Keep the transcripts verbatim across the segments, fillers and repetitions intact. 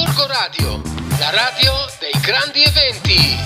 Gorgo Radio, la radio dei grandi eventi.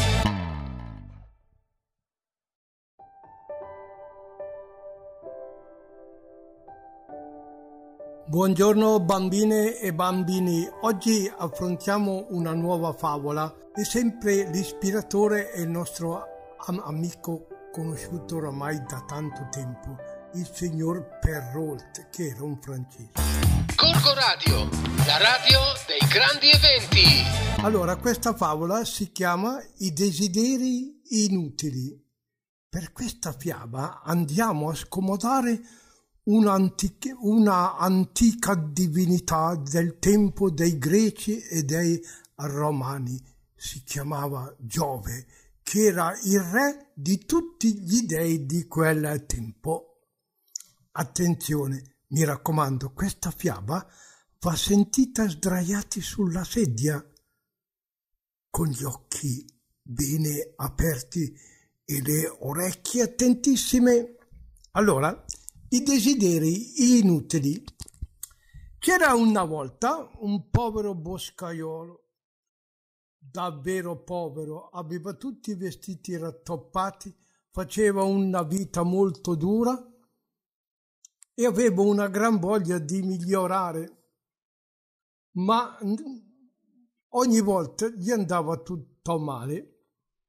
Buongiorno bambine e bambini, oggi affrontiamo una nuova favola e sempre l'ispiratore è il nostro am- amico conosciuto oramai da tanto tempo, il signor Perrault, che era un francese. Gorgo Radio, la radio dei grandi eventi. Allora, questa favola si chiama I desideri inutili. Per questa fiaba andiamo a scomodare Una antica, una antica divinità del tempo dei Greci e dei Romani. Si chiamava Giove, che era il re di tutti gli dei di quel tempo. Attenzione, mi raccomando, questa fiaba va sentita sdraiati sulla sedia, con gli occhi bene aperti e le orecchie attentissime. Allora, i desideri inutili. C'era una volta un povero boscaiolo, davvero povero, aveva tutti i vestiti rattoppati, faceva una vita molto dura e aveva una gran voglia di migliorare, ma ogni volta gli andava tutto male.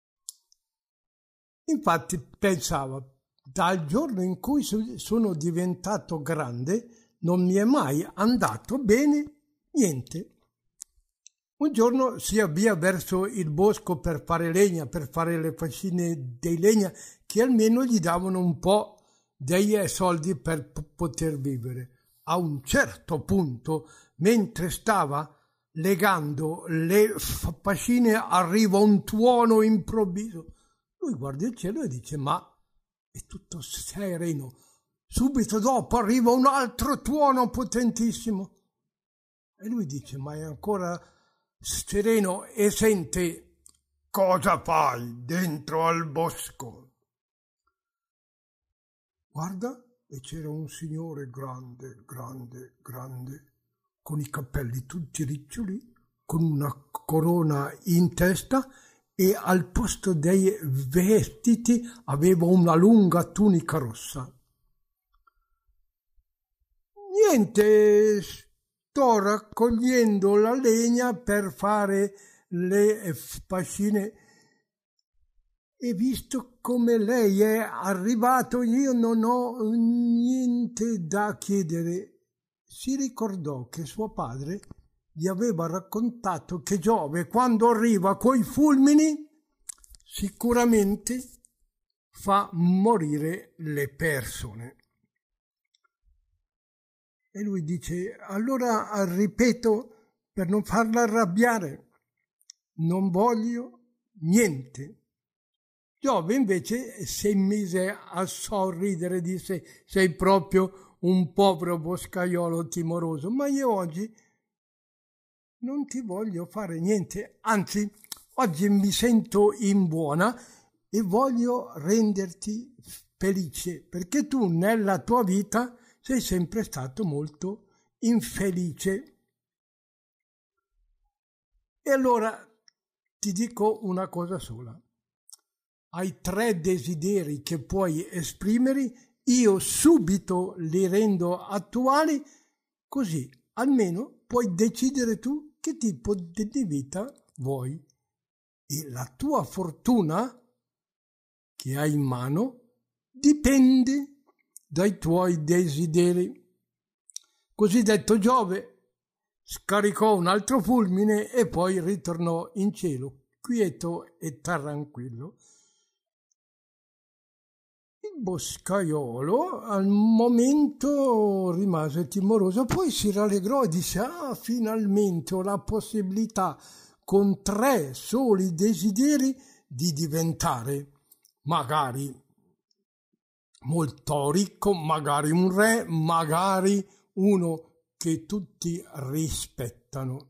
Infatti pensava: dal giorno in cui sono diventato grande non mi è mai andato bene niente. Un giorno si avvia verso il bosco per fare legna, per fare le fascine di legna, che almeno gli davano un po' dei soldi per p- poter vivere. A un certo punto, mentre stava legando le fascine, arriva un tuono improvviso. Lui guarda il cielo e dice: ma è tutto sereno. Subito dopo arriva un altro tuono potentissimo. E lui dice: ma è ancora sereno, e sente: cosa fai dentro al bosco? Guarda, e c'era un signore grande, grande, grande, con i capelli tutti riccioli, con una corona in testa, e al posto dei vestiti aveva una lunga tunica rossa. Niente, sto raccogliendo la legna per fare le fascine e visto come lei è arrivato io non ho niente da chiedere. Si ricordò che suo padre gli aveva raccontato che Giove, quando arriva coi fulmini, sicuramente fa morire le persone. E lui dice: allora ripeto, per non farla arrabbiare, non voglio niente. Giove invece si mise a sorridere, disse: sei proprio un povero boscaiolo timoroso, ma io oggi non ti voglio fare niente, anzi, oggi mi sento in buona e voglio renderti felice, perché tu nella tua vita sei sempre stato molto infelice. E allora ti dico una cosa sola: hai tre desideri che puoi esprimere, io subito li rendo attuali, così almeno puoi decidere tu che tipo di vita vuoi. E la tua fortuna che hai in mano dipende dai tuoi desideri. Così detto, Giove scaricò un altro fulmine e poi ritornò in cielo, quieto e tranquillo. Il boscaiolo al momento rimase timoroso, poi si rallegrò e disse: ah, finalmente ho la possibilità, con tre soli desideri, di diventare magari molto ricco, magari un re, magari uno che tutti rispettano.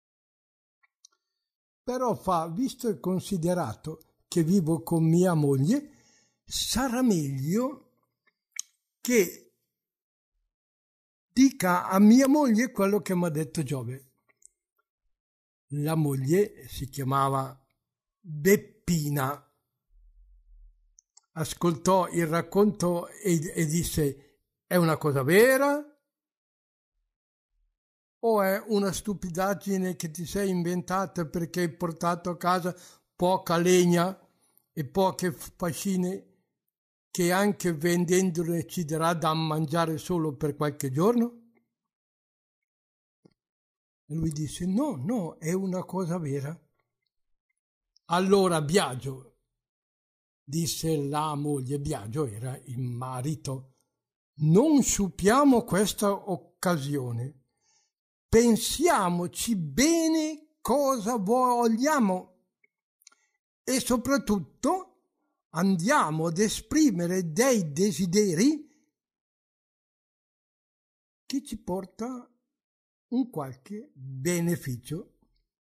Però fa, visto e considerato che vivo con mia moglie, sarà meglio che dica a mia moglie quello che mi ha detto Giove. La moglie si chiamava Beppina. Ascoltò il racconto e, e disse: è una cosa vera o è una stupidaggine che ti sei inventata perché hai portato a casa poca legna e poche fascine che anche vendendole ci darà da mangiare solo per qualche giorno? E lui disse: no, no, è una cosa vera. Allora Biagio, disse la moglie, Biagio era il marito, non sciupiamo questa occasione, pensiamoci bene cosa vogliamo e soprattutto andiamo ad esprimere dei desideri che ci porta un qualche beneficio.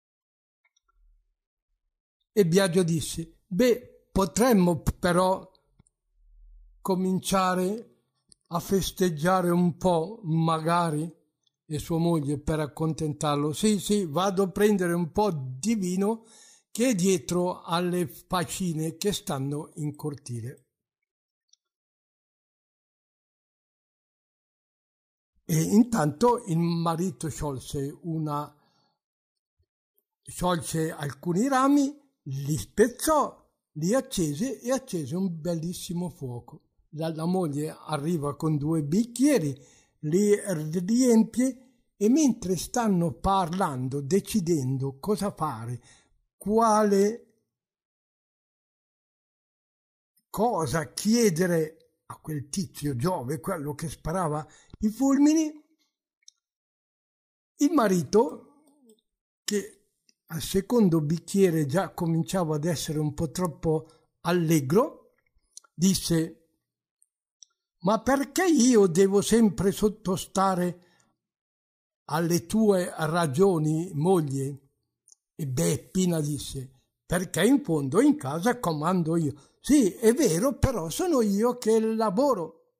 E Biagio disse: beh, potremmo però cominciare a festeggiare un po', magari. E sua moglie, per accontentarlo: sì, sì, vado a prendere un po' di vino che è dietro alle fascine che stanno in cortile. E intanto il marito sciolse una sciolse alcuni rami, li spezzò, li accese e accese un bellissimo fuoco. La, la moglie arriva con due bicchieri, li riempie e mentre stanno parlando, decidendo cosa fare, quale cosa chiedere a quel tizio Giove, quello che sparava i fulmini, il marito, che al secondo bicchiere già cominciava ad essere un po' troppo allegro, disse: ma perché io devo sempre sottostare alle tue ragioni, moglie? E Beppina disse: perché in fondo in casa comando io. Sì, è vero, però sono io che lavoro.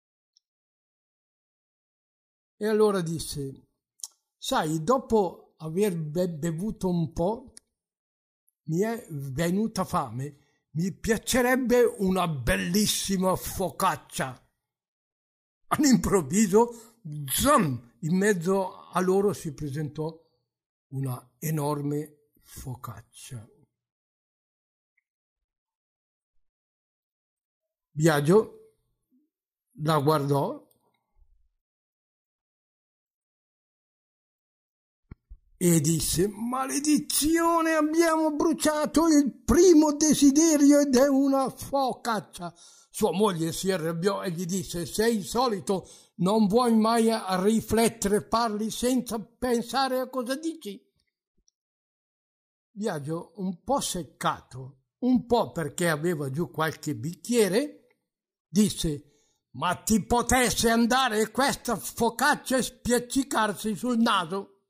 E allora disse: sai, dopo aver bevuto un po', mi è venuta fame, mi piacerebbe una bellissima focaccia. All'improvviso, zam, in mezzo a loro si presentò una enorme focaccia. Biagio la guardò e disse: maledizione, abbiamo bruciato il primo desiderio ed è una focaccia. Sua moglie si arrabbiò e gli disse: sei solito, non vuoi mai riflettere, parli senza pensare a cosa dici. Biagio, un po' seccato, un po' perché aveva giù qualche bicchiere, disse: ma ti potesse andare questa focaccia e spiaccicarsi sul naso?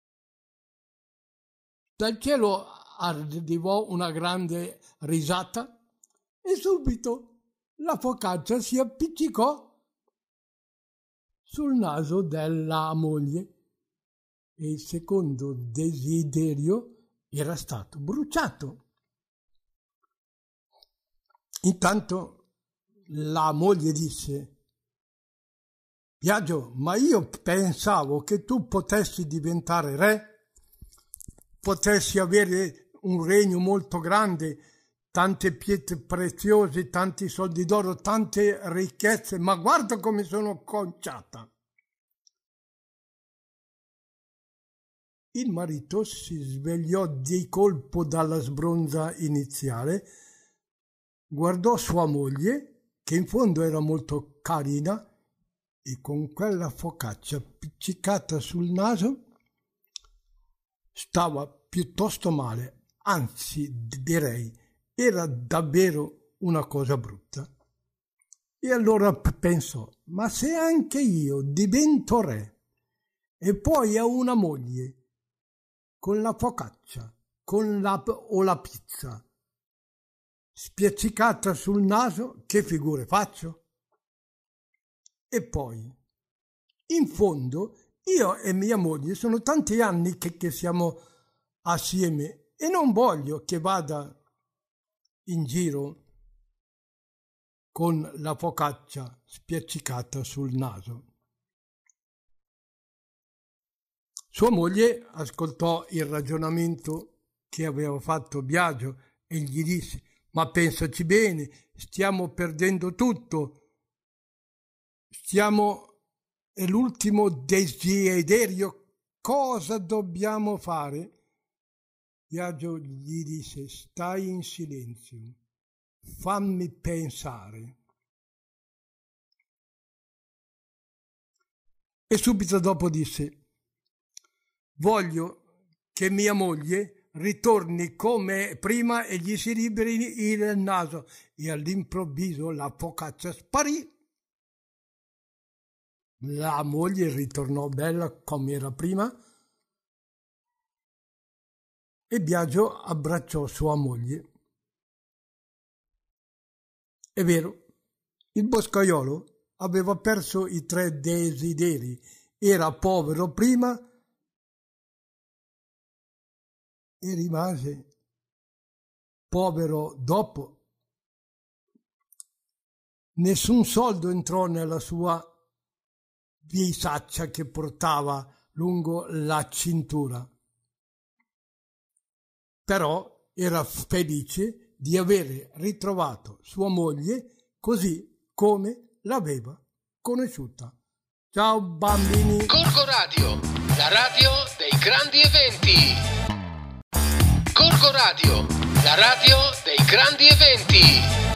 Dal cielo arrivò una grande risata e subito la focaccia si appiccicò sul naso della moglie e il secondo desiderio era stato bruciato. Intanto la moglie disse: Biagio, ma io pensavo che tu potessi diventare re, potessi avere un regno molto grande, tante pietre preziose, tanti soldi d'oro, tante ricchezze, ma guarda come sono conciata. Il marito si svegliò di colpo dalla sbronza iniziale, guardò sua moglie, che in fondo era molto carina, e con quella focaccia appiccicata sul naso stava piuttosto male, anzi direi era davvero una cosa brutta. E allora pensò: ma se anche io divento re e poi ho una moglie con la focaccia con la, o la pizza spiaccicata sul naso, che figure faccio? E poi, in fondo, io e mia moglie sono tanti anni che, che siamo assieme e non voglio che vada in giro con la focaccia spiaccicata sul naso. Sua moglie ascoltò il ragionamento che aveva fatto Biagio e gli disse: ma pensaci bene, stiamo perdendo tutto, stiamo, è l'ultimo desiderio, cosa dobbiamo fare? Biagio gli disse: stai in silenzio, fammi pensare. E subito dopo disse: voglio che mia moglie ritorni come prima e gli si liberi il naso. E all'improvviso la focaccia sparì. La moglie ritornò bella come era prima e Biagio abbracciò sua moglie. È vero, il boscaiolo aveva perso i tre desideri, era povero prima e rimase povero dopo. Nessun soldo entrò nella sua bisaccia che portava lungo la cintura. Però era felice di avere ritrovato sua moglie così come l'aveva conosciuta. Ciao bambini! Gorgo Radio, la radio dei grandi eventi. Gorgo Radio, la radio dei grandi eventi.